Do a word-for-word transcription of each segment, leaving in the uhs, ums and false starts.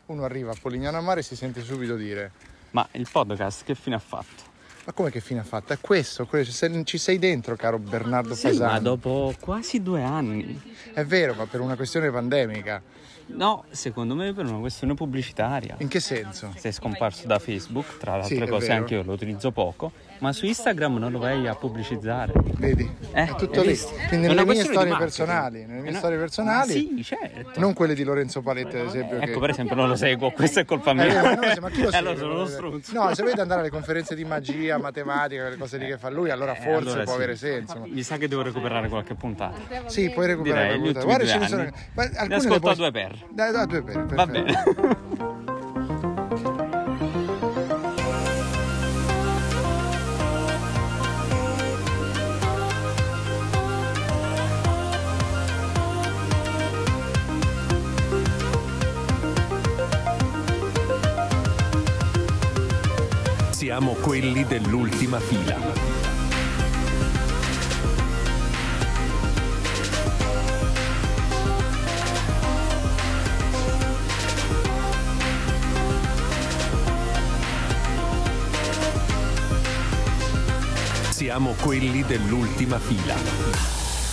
uno arriva a Polignano a Mare e si sente subito dire: ma il podcast che fine ha fatto? Ma come che fine ha fatto? È questo, quello, ci sei dentro, caro Bernardo sì, Fasano. Ma dopo quasi due anni. È vero, ma per una questione pandemica. No, secondo me per una questione pubblicitaria. In che senso? Sei scomparso da Facebook, tra le altre sì, cose anche io lo utilizzo poco, ma su Instagram non lo vai a pubblicizzare. Vedi? Eh, è tutto lì. Quindi nelle mie storie personali, nelle mie no, storie personali, sì, certo. Non quelle di Lorenzo Paletti, ad esempio. Ecco, che... per esempio, non lo seguo, questa è colpa mia. Eh, no, ma chi lo eh, allora sono uno stronzo. No, se volete andare alle conferenze di magia, matematica, quelle cose lì che fa lui, allora forse eh, allora può sì. avere senso. Ma... Mi sa che devo recuperare qualche puntata. Sì, puoi recuperare Direi, qualche puntata. Guarda, ce ne sono. Ma alcune ne ascolto puoi... a due per. Da, da due per. Va bene. Siamo quelli dell'ultima fila. Siamo quelli dell'ultima fila.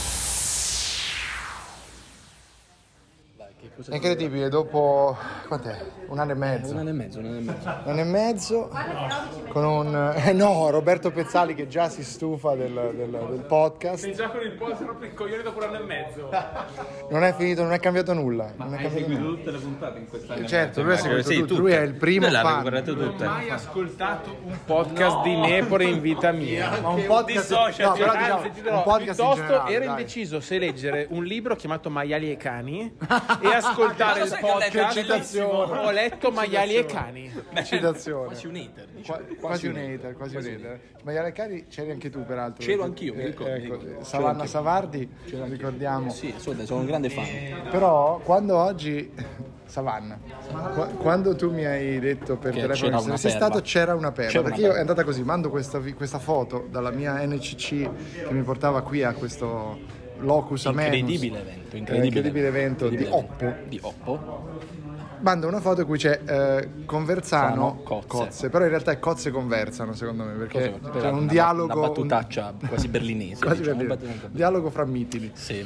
È incredibile, dopo quant'è? Un anno e mezzo. Un anno e mezzo, un anno e mezzo. Un anno e mezzo con un eh no, Roberto Pezzali che già si stufa del, del, del podcast. Sei già con il podcast proprio il coglione dopo un anno e mezzo. Non è finito, non è cambiato nulla. Ma non è hai cambiato seguito nulla. tutte le puntate in quest'anno? Certo, lui ha seguito sì, tutto, lui è il primo Beh, fan. Non ho mai ascoltato un podcast no. di Nepore in vita mia. Ma un podcast, no, però, diciamo, un podcast piuttosto in generale, ero dai. indeciso se leggere un libro chiamato Maiali e cani e ascoltare il podcast. Citazione. Ho letto Maiali e cani. Citazione. Quasi un hater, Qua, quasi un hater, quasi un hater. Maiale Cari c'eri anche tu peraltro. C'ero anch'io, mi eh, ricordo. ecco, mi ricordo. Savanna Savardi, ce la ricordiamo. Sì, sono un grande fan. Però quando oggi Savanna, Qu- quando tu mi hai detto per che telefono che sei stato c'era una perla, c'era perché una io è andata così, mando questa, questa foto dalla mia N C C che mi portava qui a questo locus amenus, incredibile evento, incredibile, eh, incredibile evento incredibile di Oppo. Di Oppo. Mando una foto in cui c'è eh, Conversano Cozze. Cozze, però in realtà è Cozze Conversano secondo me, perché Cosa? c'è un una, dialogo, una battutaccia un... quasi berlinese, quasi diciamo, berlinese. Un dialogo fra mitili. Sì.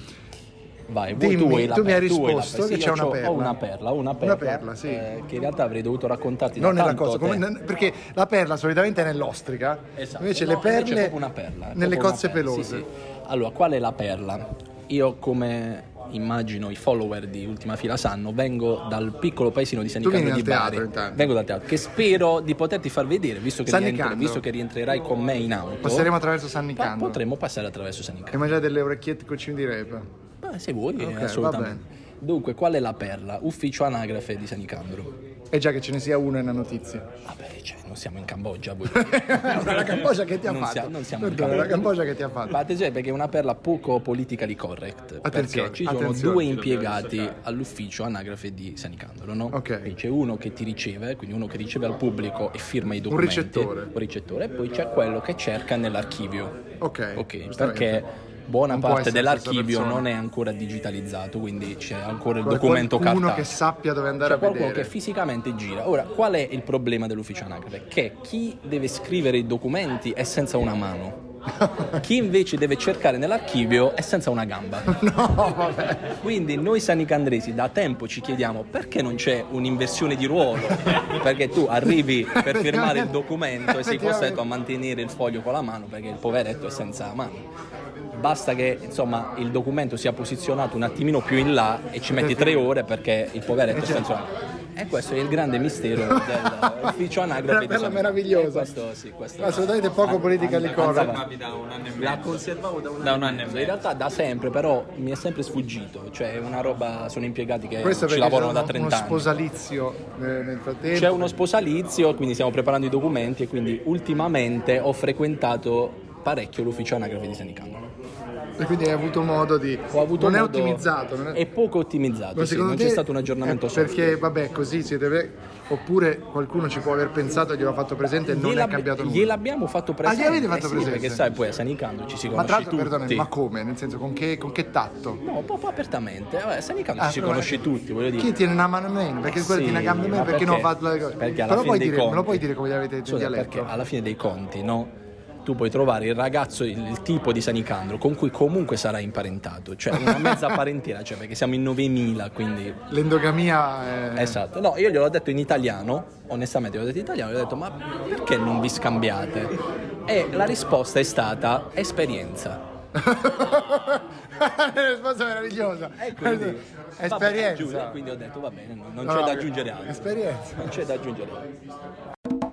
Vai, Dimmi, tu, vuoi la tu mi hai per- tu risposto vuoi la- che sì, c'è io una perla. Ho una perla, ho una perla, Una perla, sì. eh, che in realtà avrei dovuto raccontarti Non da nella tanto cosa, come- tempo. perché la perla solitamente è nell'ostrica, Esatto. invece No, le invece è perle proprio una perla, è nelle proprio cozze una perla, pelose. sì, sì. Allora, qual è la perla? Io, come immagino i follower di Ultima Fila sanno, vengo dal piccolo paesino di San Tu Nicandro vieni di dal Bari. teatro, intanto. Vengo dal teatro, che spero di poterti far vedere, visto che, San rientre- Nicandro. visto che rientrerai con me in auto. Passeremo attraverso San Pa- Nicandro. potremmo passare attraverso San E Nicandro. mangiare delle orecchiette con cimi di repa. Beh, se vuoi, Ok, assolutamente. Dunque, qual è la perla? Ufficio anagrafe di San Nicandro. E già che ce ne sia una è una notizia. Vabbè, cioè, non siamo in Cambogia, voi. La Cambogia che ti ha Non fatto? sia- non siamo in Perdona, la Cambogia. Cambogia che ti ha fatto? Ma attenzione, perché è una perla poco politically correct. Attenzione, perché ci sono attenzione. due impiegati all'ufficio anagrafe di San Nicandro, no? Ok. Quindi c'è uno che ti riceve, quindi uno che riceve al pubblico e firma i documenti. ricettore. Un ricettore. E poi c'è quello che cerca nell'archivio. Ok, Ok, giustamente. perché buona Non può parte essere la dell'archivio stessa persona. non è ancora digitalizzato, quindi c'è ancora il Qual- documento qualcuno cartaceo. che sappia dove andare C'è a qualcuno vedere. che fisicamente gira. Ora, qual è il problema dell'ufficio anagrafe? Che chi deve scrivere i documenti è senza una mano. Chi invece deve cercare nell'archivio è senza una gamba. No, vabbè. Quindi noi sanicandresi da tempo ci chiediamo perché non c'è un'inversione di ruolo, perché tu arrivi per firmare il documento e sei costretto a mantenere il foglio con la mano perché il poveretto è senza mano. Basta che insomma il documento sia posizionato un attimino più in là e ci metti tre ore perché il poveretto è senza mano. E questo è il grande mistero dell'ufficio anagrafe. Una perla meravigliosa. Questo, sì, questo Assolutamente poco politically correct. da un anno e mezzo. La conservavo da un anno, da un anno e mezzo. In realtà da sempre, però mi è sempre sfuggito. Cioè, è una roba, sono impiegati che Questo ci perché lavorano c'è da uno- trenta uno anni. sposalizio eh, nel frattempo. C'è uno sposalizio, quindi stiamo preparando i documenti e quindi ultimamente ho frequentato parecchio l'ufficio anagrafe di San Nicandro. E quindi hai avuto modo di... Ho avuto non modo... è ottimizzato. Non è, è poco ottimizzato, ma sì, non te... c'è stato un aggiornamento eh, software. Perché, vabbè, così siete... Ve... Oppure qualcuno ci può aver pensato e gliel'ha fatto presente e non è cambiato nulla. Gliel'abbiamo fatto presente. Ah, gliel'avete fatto eh sì, presente? perché sai, poi a Sanicando ci si Ma conosce tra l'altro, tutti. perdonami, ma come? Nel senso, con che, con che tatto? No, proprio apertamente. Vabbè, a Sanicando Ah, ci si però, conosce tutti, voglio dire. Chi tiene una mano in meno? Perché quello Sì, tiene una gamba in meno, ma perché non fa perché? le cose? Perché alla Però fine puoi dei dire, me lo conti- puoi dire come gli avete in Scusa, dialetto? perché alla fine dei conti, no? Tu puoi trovare il ragazzo, il, il tipo di Sanicandro con cui comunque sarai imparentato, cioè una mezza parentela, cioè perché siamo in novemila, quindi... L'endogamia è... Esatto, no, io gliel'ho detto in italiano, onestamente gliel'ho detto in italiano, gli ho detto ma perché non vi scambiate? E la risposta è stata esperienza. La risposta meravigliosa. E quindi, esperienza. Vabbè, quindi ho detto va bene, non, non No, c'è no, da aggiungere altro. esperienza. Non c'è da aggiungere altro.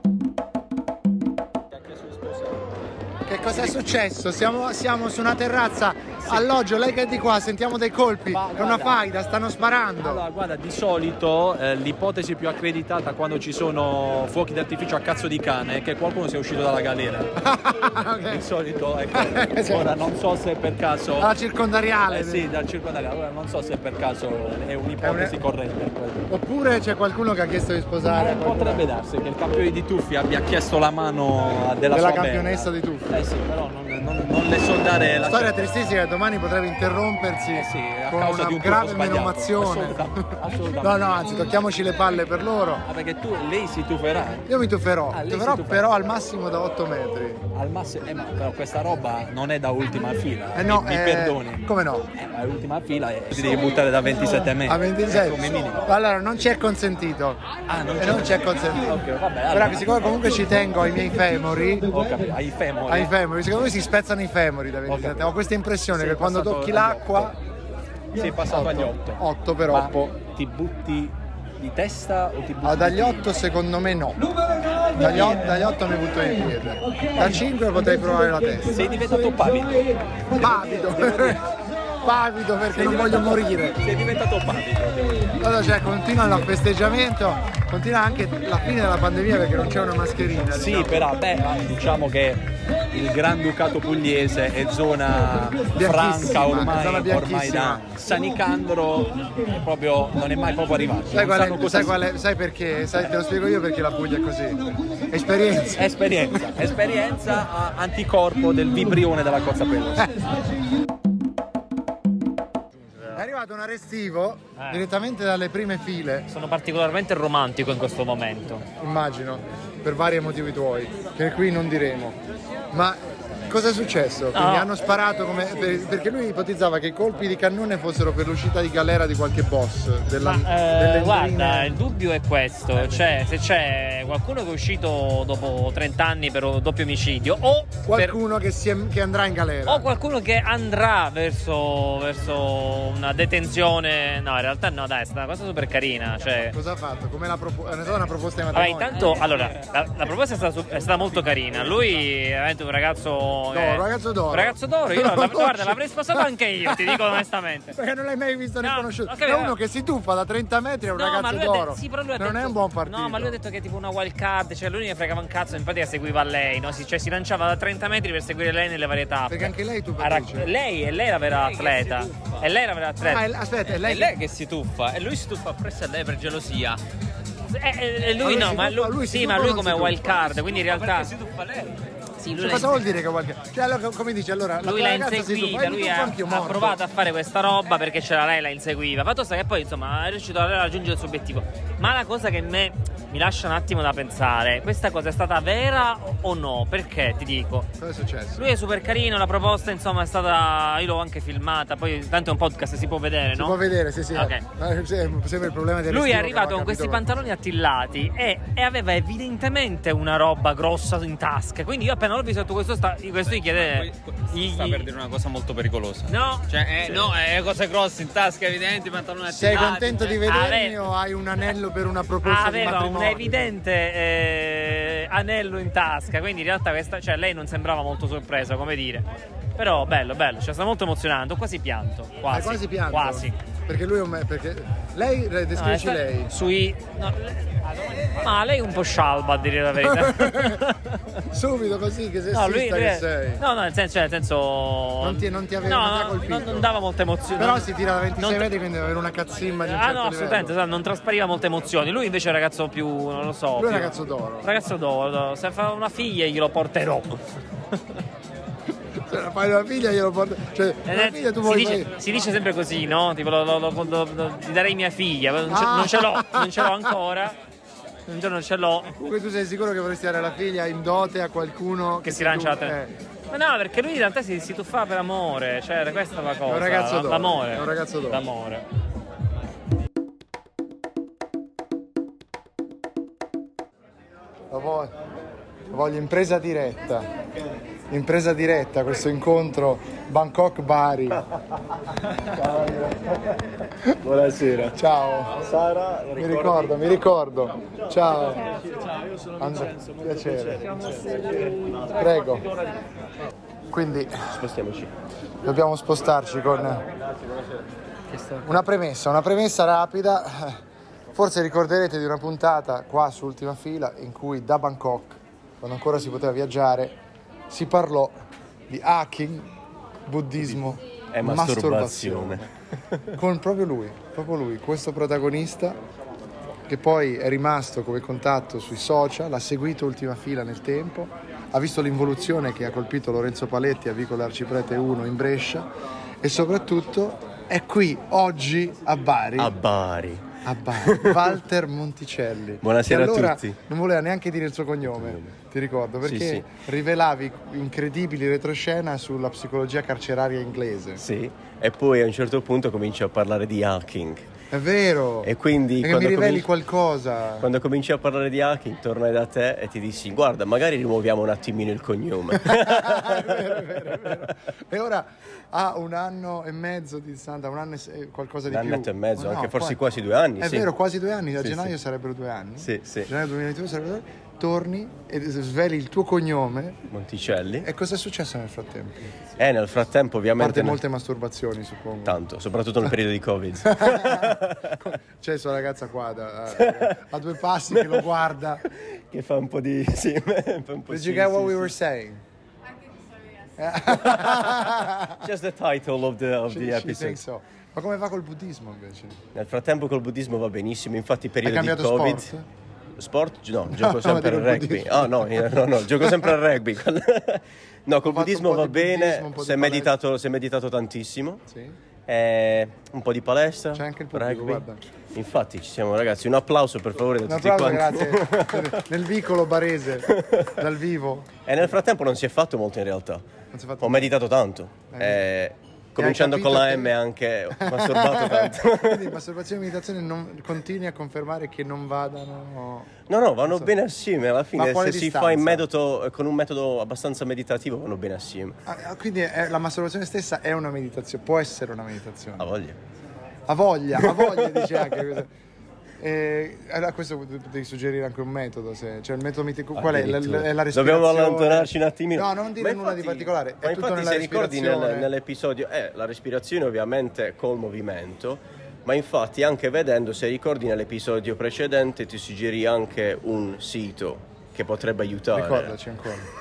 Che cosa è successo? Siamo, siamo su una terrazza, alloggio, lei che è di qua, sentiamo dei colpi, Ma è una guarda- faida, stanno sparando. Allora, guarda, di solito eh, l'ipotesi più accreditata quando ci sono fuochi d'artificio a cazzo di cane è che qualcuno sia uscito dalla galera. Ok. Di solito è quello. Sì. Ora non so se per caso... Alla circondariale. Eh sì, dal circondario. Allora non so se per caso è un'ipotesi È un- corretta. quella. Oppure c'è qualcuno che ha chiesto di sposare Eh, potrebbe darsi che il campione di tuffi abbia chiesto la mano della, della sua campionessa bella. di tuffi. Eh sì, però non, non, non le so dare la Storia tristissima, domani potrebbe interrompersi Eh sì, a con causa una di un tuffo grave sbagliato. menomazione. Assolutamente, assolutamente. No, no, anzi, tocchiamoci le palle per loro. Ah, perché tu, lei si tufferà Io mi tufferò, Ah, lei tufferò si tuffa. però al massimo da otto metri. al massimo, eh, ma però questa roba non è da ultima fila. Eh no, mi, mi eh, perdoni. come no? Eh, ma l'ultima fila è, si devi buttare da ventisette metri. A ventisei. Eh, come minimo. Allora non ci è consentito. Ah, non E c'è, non ci è consentito. Ok, vabbè. Però Allora, siccome comunque ci tengo ai miei femori, ho capito, ai femori. ai femori, secondo me si spezzano i femori da ventisette. capito. Ho questa impressione Sei che quando passato tocchi agli l'acqua Sei passato agli otto. otto per Ma otto. ti butti di testa o ti butti Ah, dagli di otto secondo me no. Dagli otto, dagli otto mi butto in piede. Da cinque potrei provare la testa. Sei diventato pavido. Pavido. Pavido perché non voglio morire. Sei diventato pavido. Allora, cioè, continua il festeggiamento, continua anche la fine della pandemia perché non c'è una mascherina. Sì, diciamo. però beh, diciamo che il Granducato Pugliese è zona franca ormai, zona ormai bianchissima. da anni. Sanicandro è proprio, non è mai proprio arrivato. Sai, Non qual sanno è, cosa sai, sia. qual è- sai perché? Sai, te lo spiego io perché la Puglia è così. Esperienza. Esperienza, esperienza a anticorpo del vibrione della cozza pelosa. È arrivato un arrestivo Eh. direttamente dalle prime file, Sono particolarmente romantico in questo momento. immagino, per vari motivi tuoi, che qui non diremo. Ma cosa è successo? Quindi No. hanno sparato come, per- perché lui ipotizzava che i colpi di cannone fossero per l'uscita di galera di qualche boss della, Ma eh, delle guarda, indovine- il dubbio è questo, cioè se c'è qualcuno che è uscito dopo trenta anni per un doppio omicidio o, per- qualcuno che, si è- che andrà in galera. o qualcuno che andrà verso, verso una detenzione, no in realtà no dai è stata una cosa super carina, cioè... Cosa ha fatto? Come la propo- è stata una proposta di Vabbè, matrimonio? intanto, allora, la, la proposta è stata, su- è stata molto carina. Lui è veramente un ragazzo. D'oro, eh, ragazzo d'oro. Un ragazzo d'oro. Io, la- guarda, l'avrei sposato anche io, ti dico onestamente. Perché non l'hai mai visto né No, conosciuto. ho capito. È uno che si tuffa da trenta metri, è un No, ma ragazzo lui ha d'oro. detto, sì, però lui ha non detto, è un buon partito. No, ma lui ha detto che è tipo una wild card, cioè lui ne fregava un cazzo, in pratica seguiva lei, no? Si, cioè si lanciava da trenta metri per seguire lei nelle varie tappe. Perché anche lei tu Ha rac- dice. lei è lei la vera atleta. È lei la vera atleta. Ah, è- aspetta, è lei, È lei che si tuffa e lui si tuffa presso a lei per gelosia. Eh, eh, eh, Ma lui lui no, si ma tuffa- lui, lui si sì, tuffa ma o lui non come si wild tuffa? card, quindi in realtà Perché si tuffa lei? sì, lui Cioè, l'ha- cosa vuol dire che qualche. Cioè, allora, come dice, allora. la lui tua l'ha ragazza si tuffa, inseguita, e mi lui tuffo ha, anch'io, ha morto. provato a fare questa roba perché c'era lei, la inseguiva. Fatto sta che poi insomma è riuscito a raggiungere il suo obiettivo. Ma la cosa che me mi lascia un attimo da pensare, questa cosa è stata vera o no? Perché ti dico, Cosa è successo? lui è super carino, la proposta insomma è stata, io l'ho anche filmata, poi tanto è un podcast, si può vedere, Si no? può vedere, sì, sì. Ok. Eh, sì, Sembra il problema del Lui è arrivato con questi pantaloni attillati e, e aveva evidentemente una roba grossa in tasca. Quindi io appena l'ho visto tutto questo, sta, questo gli chiede. Gli sta per dire una cosa molto pericolosa. No, Cioè, eh, no, è cose grosse in tasca, evidenti, pantaloni Sei attillati, contento di eh. vedermi Ave- o hai un anello per una proposta di aveva matrimonio? un evidente eh, anello in tasca. Quindi in realtà questa, cioè, lei non sembrava molto sorpresa, come dire. Però bello, bello, cioè, sta molto emozionante. Ho quasi pianto. Quasi, Hai quasi pianto? Quasi. Perché lui è un me- perché lei descrivici No, lei. Sui. No, le- ma lei è un po' scialba, a dire la verità. Subito così che sessista No, lui, lui che è- sei. no, no, nel senso, cioè, nel senso Non ti- non ti aveva- no, non ti ha no, colpito. non, non dava molta emozione. Però non- si tira da ventisei non- metri, quindi deve avere una cazzimma di un Ah certo no, assolutamente, livello. sa, non traspariva molte emozioni. Lui invece è un ragazzo più, non lo so. Lui è un più- ragazzo d'oro. Ragazzo d'oro, se fa una figlia glielo porterò. Se la fai una figlia glielo porto. Cioè, una Eh, figlia tu si, vuoi dice, fare- si dice sempre così, no? Tipo, lo, lo, lo, lo- lo- ti darei mia figlia, non ce, Ah. non ce l'ho, non ce l'ho ancora. Un giorno ce l'ho. Comunque tu sei sicuro che vorresti dare la figlia in dote a qualcuno che, Che si tu- lancia a te. eh. Ma no, perché lui in realtà si, si tuffa per amore, cioè questa è la cosa. È un ragazzo d'oro, L'amore. è un ragazzo d'oro. L'amore. Lo voglio, lo voglio in presa diretta. In presa diretta questo incontro Bangkok-Bari. Buonasera. Ciao. Sara, Mi ricordo, mi ricordo. Ciao. Ciao, io sono Vincenzo. Piacere. Prego. Quindi Spostiamoci. dobbiamo spostarci con una premessa, una premessa rapida. Forse ricorderete di una puntata qua su Ultima Fila in cui da Bangkok, quando ancora si poteva viaggiare, si parlò di hacking, buddismo E masturbazione. con proprio lui, proprio lui, questo protagonista che poi è rimasto come contatto sui social, ha seguito Ultima Fila nel tempo, ha visto l'involuzione che ha colpito Lorenzo Paletti a Vicolo Arciprete uno in Brescia e soprattutto è qui oggi a Bari. A Bari. A Bari, Walter Monticelli. Buonasera che allora a tutti. Non voleva neanche dire il suo cognome, ti ricordo, perché Sì, sì. rivelavi incredibili retroscena sulla psicologia carceraria inglese. Sì. E poi a un certo punto cominci a parlare di hacking. È vero. E quindi Perché quando mi riveli cominci- qualcosa. Quando cominci a parlare di hacking, tornai da te e ti dissi: guarda, magari rimuoviamo un attimino il cognome. È vero, è vero, è vero. E ora ha un anno e mezzo di distanza, un anno e se- qualcosa di Un più. annetto e mezzo, Ma no, anche forse qua- quasi due anni. È sì. vero, quasi due anni, a Sì, gennaio sì. sarebbero due anni. Sì, sì. Gennaio duemilaventidue sarebbero due anni. Torni e sveli il tuo cognome. Monticelli. E cosa è successo nel frattempo? E nel frattempo, A ovviamente. parte molte masturbazioni, suppongo. Tanto, soprattutto nel periodo di Covid. C'è sua ragazza qua da- a, a due passi che lo guarda. Che fa un po' di. Sì, fa un po' Did sì, you get what sì, we sì. were saying? Just the title of the, of She- the she episode. thinks so. Ma come va col buddismo invece? Nel frattempo col buddismo va benissimo, infatti Hai periodo di cambiato Covid. sport? Sport? No, gioco No, sempre dico al il rugby. buddismo. Ah no, io- no, no, gioco sempre al rugby. No, col fatto buddismo un po' va di bene, buddismo, un po' di si è palestra. meditato, si è meditato tantissimo. Sì. Eh, un po' di palestra. C'è anche il pubblico, rugby. guarda. Infatti ci siamo ragazzi, un applauso per favore da Un tutti applauso, quanti. grazie. Nel vicolo barese, dal vivo. E nel frattempo non si è fatto molto in realtà. Non si è fatto Ho meditato tanto. Eh. Eh, cominciando hai con la capito M che- anche ho masturbato tanto. Quindi masturbazione e meditazione non, continui a confermare che non vadano. No, no, vanno so. bene assieme. Alla Ma fine, a quale se si distanza? fa in metodo, con un metodo abbastanza meditativo, vanno bene assieme. Ah, quindi è- la masturbazione stessa è una meditazione, può essere una meditazione. A voglia. Ha voglia, ha voglia, dice anche questo. E allora questo devi suggerire anche un metodo, se, cioè il metodo mitico, qual è? La, Addirittura. è la respirazione. Dobbiamo allontanarci un attimino. No, non dire Ma nulla di infatti- particolare, Ma è tutto infatti nella se ricordi nel- respirazione. nell'episodio, eh, la respirazione ovviamente col movimento, ma infatti anche vedendo, se ricordi nell'episodio precedente, ti suggerì anche un sito che potrebbe aiutare. Ricordaci ancora.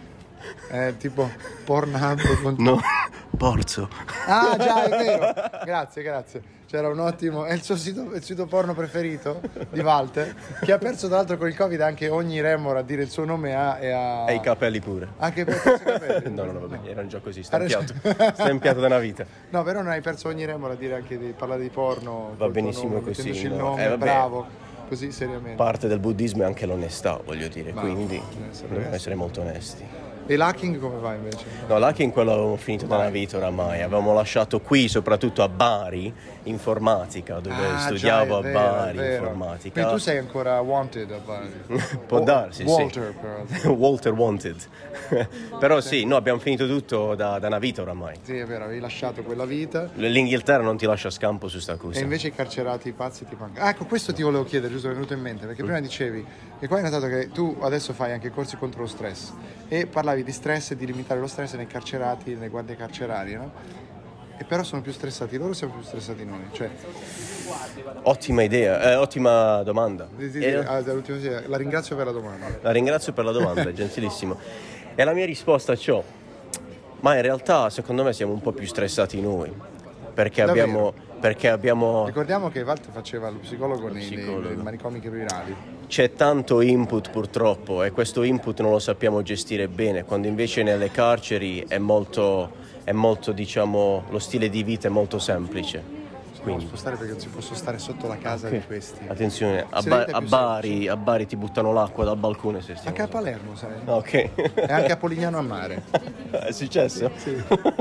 È tipo Pornhub con... No, Borzo. Ah già, è vero. Grazie, grazie. C'era un ottimo. È il suo sito, il sito porno preferito di Walter, che ha perso tra l'altro con il Covid anche ogni remora a dire il suo nome a, e a. E i capelli pure. Anche per i capelli. No, no, no, vabbè, erano già così, Ha ragione. stempiato. Stempiato da una vita. No, però non hai perso ogni remora a dire anche di parlare di porno. Va col tuo benissimo nome, così, mettendoci il no? nome, Eh, vabbè. bravo. Così seriamente. Parte del buddismo è anche l'onestà, voglio dire, Ma quindi bisogna essere dobbiamo onesti. essere molto onesti. E l'hacking come va invece? No, l'hacking quello avevamo finito da una vita oramai, avevamo lasciato qui soprattutto a Bari informatica, dove Ah, studiavo già, è a vero, Bari è vero. informatica. Quindi tu sei ancora wanted a Bari. Può O- darsi, Walter, sì. però. Walter Wanted. Però sì, no, abbiamo finito tutto da, da una vita oramai. Sì, è vero, avevi lasciato quella vita. L'Inghilterra non ti lascia scampo su sta cosa. E invece i carcerati pazzi ti mancano. Ah, ecco, questo ti volevo chiedere, giusto, mi è venuto in mente, perché prima dicevi che qua hai notato che tu adesso fai anche corsi contro lo stress e parlavi di stress e di limitare lo stress nei carcerati, nelle guardie carcerarie, no? E però sono più stressati loro, siamo più stressati noi. Cioè, Ottima idea, eh, ottima domanda. di- di- E- ah, dall'ultima sera, la ringrazio per la domanda. La ringrazio per la domanda, gentilissimo. E la mia risposta a ciò, ma in realtà secondo me siamo un po' più stressati noi, perché Davvero? abbiamo, perché abbiamo, Ricordiamo che Walter faceva lo psicologo nei, nei- psicologo. nei manicomi criminali. c'è tanto input purtroppo e questo input non lo sappiamo gestire bene, quando invece nelle carceri è molto, è molto diciamo, lo stile di vita è molto semplice. Non Quindi, spostare perché non si può stare sotto la casa di questi. attenzione, a, Si Ba- rende a più Bari, a Bari ti buttano l'acqua dal balcone se stiamo... Anche a Palermo, sai? Ok. E anche a Polignano a Mare. È successo? Sì.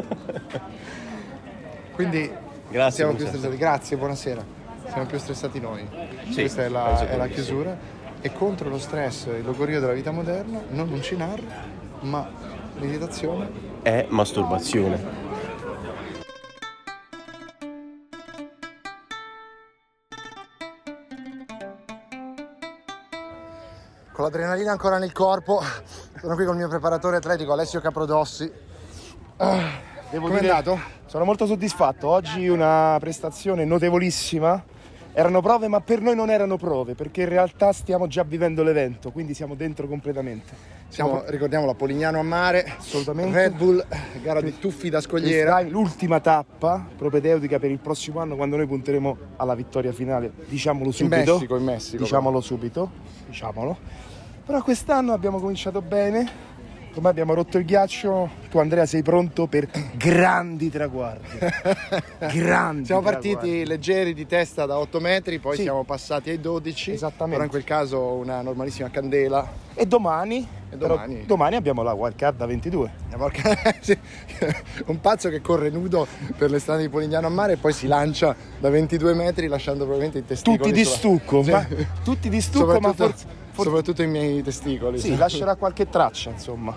Quindi Grazie, siamo più Vincenzo. stressati. Grazie, buonasera. Siamo più stressati noi. Sì, Questa è la, penso è la che sì. chiusura. E contro lo stress e il logorio della vita moderna, non un cinar, ma meditazione. È masturbazione. Con l'adrenalina ancora nel corpo, sono qui con il mio preparatore atletico Alessio Caprodossi. Devo Com'è dire, andato? sono molto soddisfatto. Oggi una prestazione notevolissima. Erano prove, ma per noi non erano prove, perché in realtà stiamo già vivendo l'evento, quindi siamo dentro completamente. Siamo, ricordiamo, a Polignano a Mare, Assolutamente. Red Bull, gara di tuffi da scogliera. Freestyle, l'ultima tappa propedeutica per il prossimo anno, quando noi punteremo alla vittoria finale. Diciamolo subito. Messico, in Messico, Diciamolo subito. Diciamolo. Però quest'anno abbiamo cominciato bene. Ormai abbiamo rotto il ghiaccio. Tu, Andrea, sei pronto per grandi traguardi. Grandi Siamo partiti traguardi. leggeri di testa da otto metri, poi Sì. siamo passati ai dodici. Esattamente. Però in quel caso una normalissima candela. E domani, E però domani? domani abbiamo la wildcard da ventidue. Eh, porca- sì. Un pazzo che corre nudo per le strade di Polignano a Mare e poi si lancia da ventidue metri lasciando probabilmente i testicoli. Tutti di sulla- stucco, Sì. ma tutti di stucco, ma Soprattutto, forse, forse soprattutto i miei testicoli. sì, lascerà qualche traccia, insomma.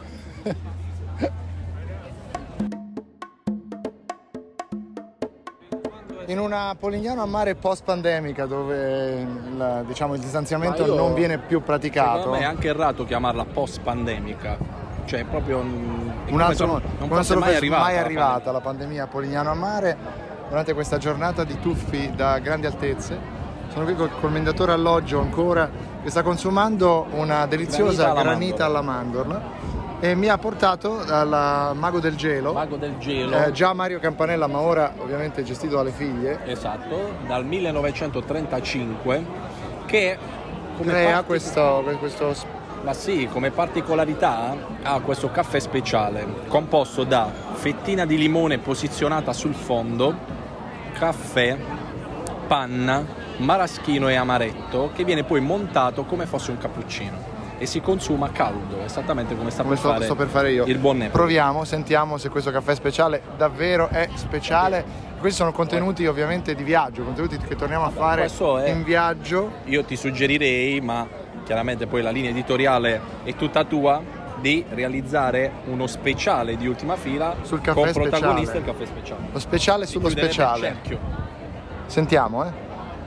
In una Polignano a Mare post-pandemica dove il, diciamo, il distanziamento Ma io- non viene più praticato. Secondo me è anche errato chiamarla post-pandemica. Cioè, è proprio un, è Un come altro se nome. non Come fosse se lo mai fosse arrivata. mai la arrivata la pandemia a Polignano a Mare. Durante questa giornata di tuffi da grandi altezze, sono qui col commendatore alloggio ancora che sta consumando una deliziosa Granita alla granita alla mandorla e mi ha portato al Mago del Gelo. Mago del Gelo. Eh, già Mario Campanella, ma ora ovviamente gestito dalle figlie, Esatto, dal millenovecentotrentacinque che come crea parti- questo, questo Ma sì, come particolarità ha questo caffè speciale composto da fettina di limone posizionata sul fondo, caffè, panna, maraschino e amaretto che viene poi montato come fosse un cappuccino e si consuma caldo, esattamente come sta come per sto, fare sto per fare io. il buon Nepoli. Proviamo, sentiamo se questo caffè speciale davvero è speciale. Questi sono contenuti ovviamente di viaggio, contenuti che torniamo a fare questo è- in viaggio. Io ti suggerirei, ma chiaramente poi la linea editoriale è tutta tua, di realizzare uno speciale di Ultima Fila Sul caffè con protagonista speciale. il caffè speciale. Lo speciale Si sullo chiuderebbe il speciale. cerchio. Sentiamo, eh.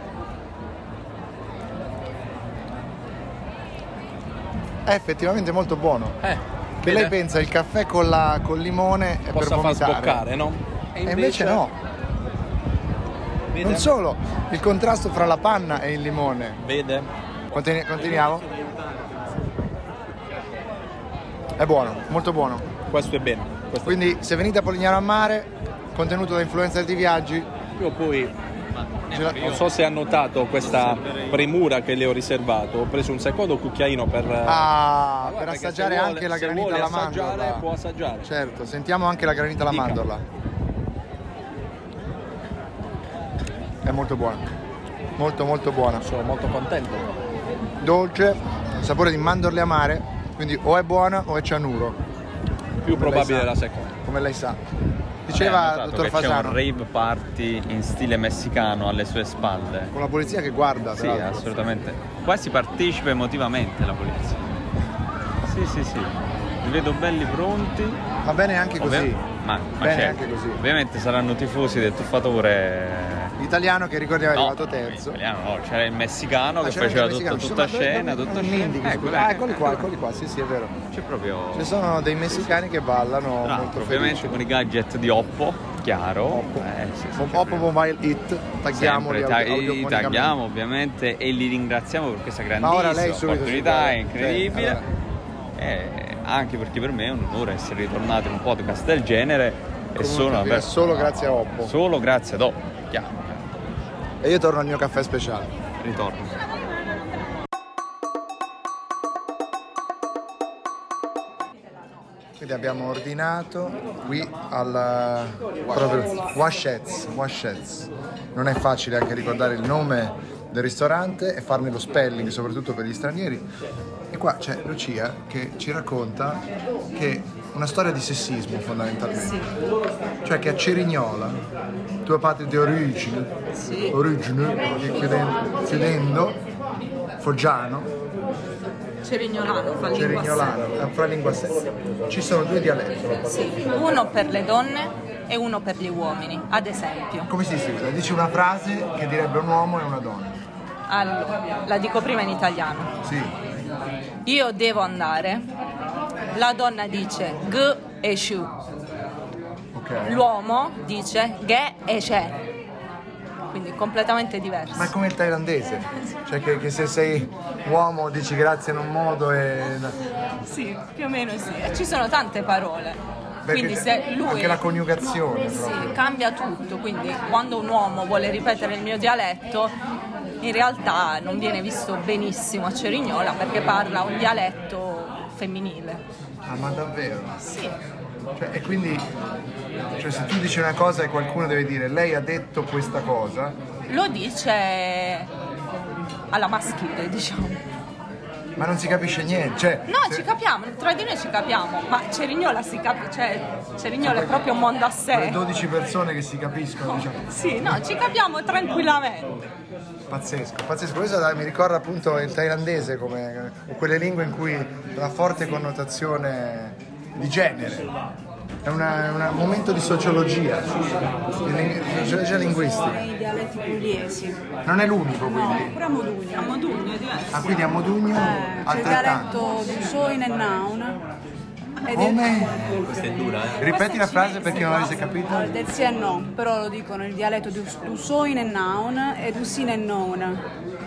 È effettivamente molto buono. Eh, Che vede? lei pensa il caffè con, la, col limone è per possa far vomitare. sboccare, no? E invece no. Vede? Non solo, il contrasto fra la panna e il limone. Vede? Continu- continuiamo? È buono, molto buono. Questo è bene. Questo Quindi se venite a Polignano a Mare, contenuto da influencer di viaggi, Io poi ce la- non so se ha notato questa premura che le ho riservato. Ho preso un secondo cucchiaino per, Ah, Guarda, per perché assaggiare se vuole- anche la se granita vuole alla assaggiare, mandorla. può assaggiare. Certo, sentiamo anche la granita alla Dica. mandorla. È molto buona. Molto molto buona. Sono molto contento. Dolce, sapore di mandorle amare, quindi o è buona o è cianuro, Più probabile sa. la seconda. come lei sa. Hai Diceva notato dottor che c'è Fasano, un rave party in stile messicano alle sue spalle. con la polizia che guarda, tra Sì, l'altro. assolutamente. Qua si partecipa emotivamente la polizia. Sì, sì, sì. Li vedo belli pronti. Va bene anche così. Ovvia- Ma, ma Bene certo, anche così. ovviamente saranno tifosi del tuffatore. L'italiano che ricordiamo è No, arrivato terzo. italiano no, c'era il messicano Ah, che c'era faceva anche il tutta, messicano. Ci tutta sono- scena, dove- tutta mi scena. indichi, Ecco, scusa. dai, Ah, eccoli qua, ecco. eccoli qua, sì sì è vero. C'è proprio. Ci sono dei messicani che ballano Tra molto l'altro, ovviamente felici. con i gadget di Oppo. chiaro. Eh, sì, sì, Oppo Mobile It, tagliamoli sempre, audio- ta- audiofonicamente. tagliamo ovviamente e li ringraziamo per questa Ma ora lei grandissima subito ci opportunità, parla. è incredibile. Sì, Eh, anche perché per me è un onore essere ritornato in un podcast del genere e sono è solo grazie a Oppo. Solo grazie ad Oppo, chiaro. E io torno al mio caffè speciale. Ritorno. Quindi abbiamo ordinato qui al proprio Washets, Washets. Non è facile anche ricordare il nome del ristorante e farne lo spelling, soprattutto per gli stranieri. E qua c'è Lucia che ci racconta che una storia di sessismo fondamentalmente. Cioè che a Cerignola, tua patria di origine, Sì. origine, chiudendo, chiudendo Foggiano, Cerignolano, fa lingua Cerignolano, fra lingua sé, ci sono due dialetti. Sì, uno per le donne e uno per gli uomini, ad esempio. Come si scrive? Dici una frase che direbbe un uomo e una donna. Allora, la dico prima in italiano. Sì. Io devo andare, la donna dice g e shu, Ok. l'uomo dice ge e c'è. Quindi completamente diverso. Ma è come il thailandese, cioè che, che se sei uomo dici grazie in un modo e... Sì, più o meno sì. E ci sono tante parole. Perché Quindi se lui anche la coniugazione sì, proprio. cambia tutto. Quindi quando un uomo vuole ripetere il mio dialetto, in realtà non viene visto benissimo a Cerignola perché parla un dialetto femminile. Ah, ma davvero? Sì. Cioè, e quindi, cioè, se tu dici una cosa e qualcuno deve dire lei ha detto questa cosa, Lo dice alla maschile, diciamo. ma non si capisce niente. Cioè, No, se- ci capiamo, tra di noi ci capiamo, ma Cerignola si capisce, cioè Cerignola è proprio un mondo a le sé. dodici persone che si capiscono, diciamo. Sì, no, ci capiamo tranquillamente. Pazzesco, pazzesco. Questo da- mi ricorda appunto il thailandese come o quelle lingue in cui una forte connotazione di genere. È una- è un momento di sociologia, di ling- sociologia linguistica. I dialetti pugliesi. Non è l'unico quindi. Pure a Modugno. A Modugno è diverso. Ah, quindi a Modugno Eh, c'è il altrettanto. dialetto di Soin e Naun. Ed è- Come? Questa è dura, eh. Ripeti la frase perché non l'avete capita? Del sì e no, però lo dicono il dialetto di du Soin e Naun e du Sin e Non.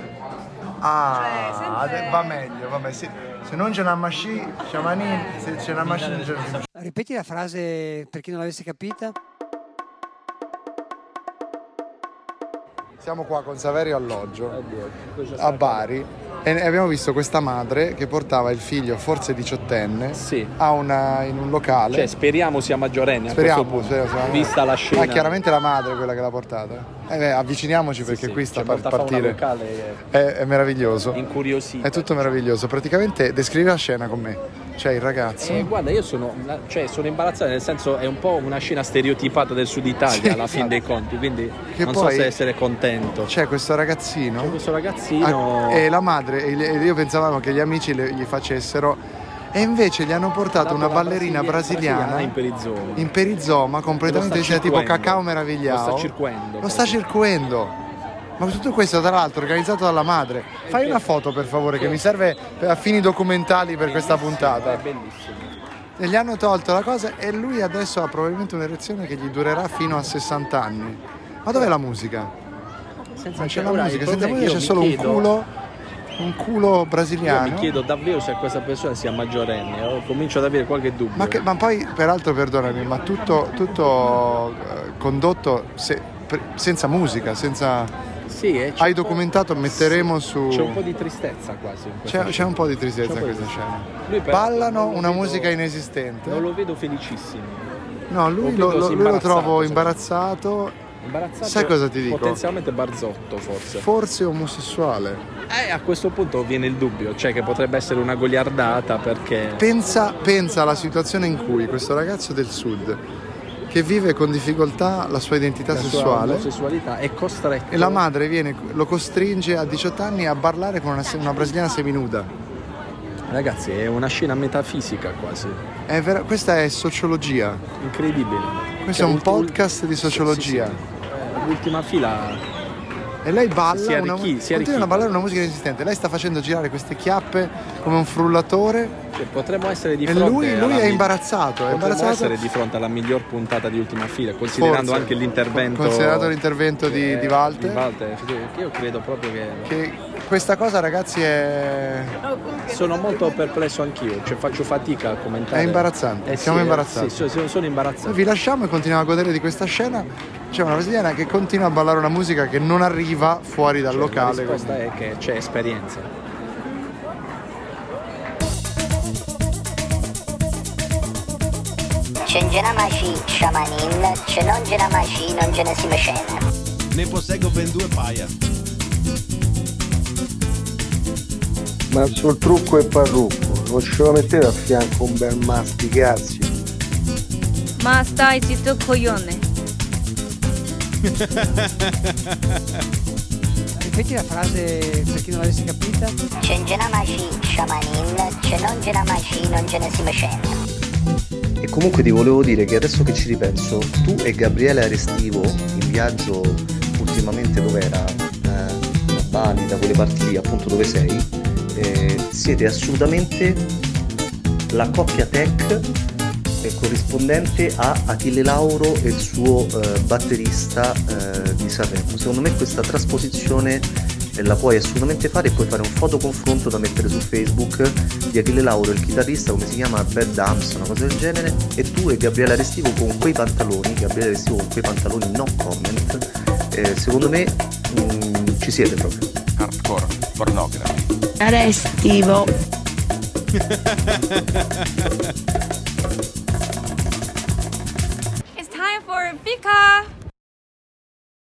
Ah, Cioè, sempre- ade- va meglio, vabbè, sì. Se non c'è una masci, sciamanin, se c'è una masci non c'è una... Ripeti la frase per chi non l'avesse capita. Siamo qua con Saverio Alloggio a Bari e abbiamo visto questa madre che portava il figlio, forse diciottenne, Sì. a una, in un locale. Cioè, speriamo sia maggiorenne a Speriamo, questo punto, speriamo, speriamo. vista la scena. Ma chiaramente la madre è quella che l'ha portata. Eh beh, avviciniamoci perché sì, qui sta c'è per molta fauna partire. locale È, è meraviglioso. incuriosita. È tutto meraviglioso. Praticamente descrivi la scena con me. C'è il ragazzo. Eh, guarda, io sono, cioè, sono imbarazzato, nel senso è un po' una scena stereotipata del Sud Italia Sì, alla fine dei conti, quindi Che non poi so se essere contento. C'è questo ragazzino. Questo ragazzino Ah, e la madre, e le- e io pensavamo che gli amici le- gli facessero, e invece gli hanno portato una ballerina brasiliana in perizoma. in perizoma completamente Lo sta vestita tipo circuendo. Cacao Meravigliao. Lo sta circuendo. Lo sta circuendo. Ma tutto questo tra l'altro organizzato dalla madre. Fai una foto per favore che mi serve per- a fini documentali per questa puntata. È bellissimo. E gli hanno tolto la cosa e lui adesso ha probabilmente un'erezione che gli durerà fino a sessanta anni. Ma dov'è la musica? Senza Non c'è la ora, musica, il senza problema è musica che c'è io solo mi un chiedo- culo, un culo Io brasiliano. mi chiedo davvero se questa persona sia maggiorenne, o comincio ad avere qualche dubbio. Ma, che- ma poi, peraltro, perdonami, ma tutto, tutto eh, condotto se- pre- senza musica, senza... Sì, eh, c'è Hai un po'- documentato, metteremo su... C'è un po' di tristezza quasi. in questa C'è, c'è scena. un po' di tristezza C'è in un po' questa di scena. Lui però Ballano non lo una vedo- musica inesistente. Non lo vedo felicissimo. No, lui Lo lo, vedo lo- lui lo trovo imbarazzato, imbarazzato, Imbarazzato. Sai cosa ti dico? Potenzialmente barzotto, forse. forse omosessuale. Eh, a questo punto viene il dubbio, cioè che potrebbe essere una goliardata perché... Pensa, pensa alla situazione in cui questo ragazzo del sud, che vive con difficoltà la sua identità la sua sessuale, omosessualità è costretto... e la madre viene, lo costringe a diciotto anni a ballare con una, se- una brasiliana seminuda. Ragazzi, è una scena metafisica quasi. È vera- questa è sociologia. Incredibile. Questo Cioè, è un ulti- podcast di sociologia. sì, sì, sì. Eh, l'ultima fila... È e lei balla Si una, arricchi- si continua a arricchita. ballare una musica inesistente. Lei sta facendo girare queste chiappe come un frullatore Cioè, potremmo essere di e fronte lui, lui alla è mi- imbarazzato, è Potremmo imbarazzato. essere di fronte alla miglior puntata di Ultima Fila, considerando Forse. anche l'intervento Considerato l'intervento di, eh, di Walter. di Walter, che io credo proprio che, Che questa cosa, ragazzi, è sono molto perplesso anch'io, cioè faccio fatica a commentare. È imbarazzante, Eh sì, siamo eh, imbarazzati. sì, sono, sono imbarazzato. Vi lasciamo e continuiamo a godere di questa scena. C'è una brasiliana che continua a ballare una musica che non arriva fuori dal Cioè, locale. La risposta è che c'è esperienza. C'è genamaci shamanin, c'è non genamaci non ce ne si mecena. Ne posseggo ben due paia. Ma sul trucco e parrucco, non ce lo mettete a fianco un bel masticazzi? Ma stai zitto coglione. Ripeti la frase per chi non l'avesse capita. C'è genamaci shamanin, c'è non genamaci non ce ne si mecena. E comunque ti volevo dire che adesso che ci ripenso, tu e Gabriele Arestivo in viaggio ultimamente dov'era? Eh, a Bali, da quelle parti lì, appunto dove sei, eh, siete assolutamente la coppia tech eh, corrispondente a Achille Lauro e il suo eh, batterista eh, di Sanremo. Secondo me questa trasposizione la puoi assolutamente fare e puoi fare un fotoconfronto da mettere su Facebook di Achille Lauro, il chitarrista, come si chiama, Bad Dams, una cosa del genere, e tu e Gabriele Arestivo con quei pantaloni, Gabriele Arestivo con quei pantaloni, no comment, eh, secondo me mh, ci siete proprio. Hardcore, pornography. Arestivo. It's time for Fika.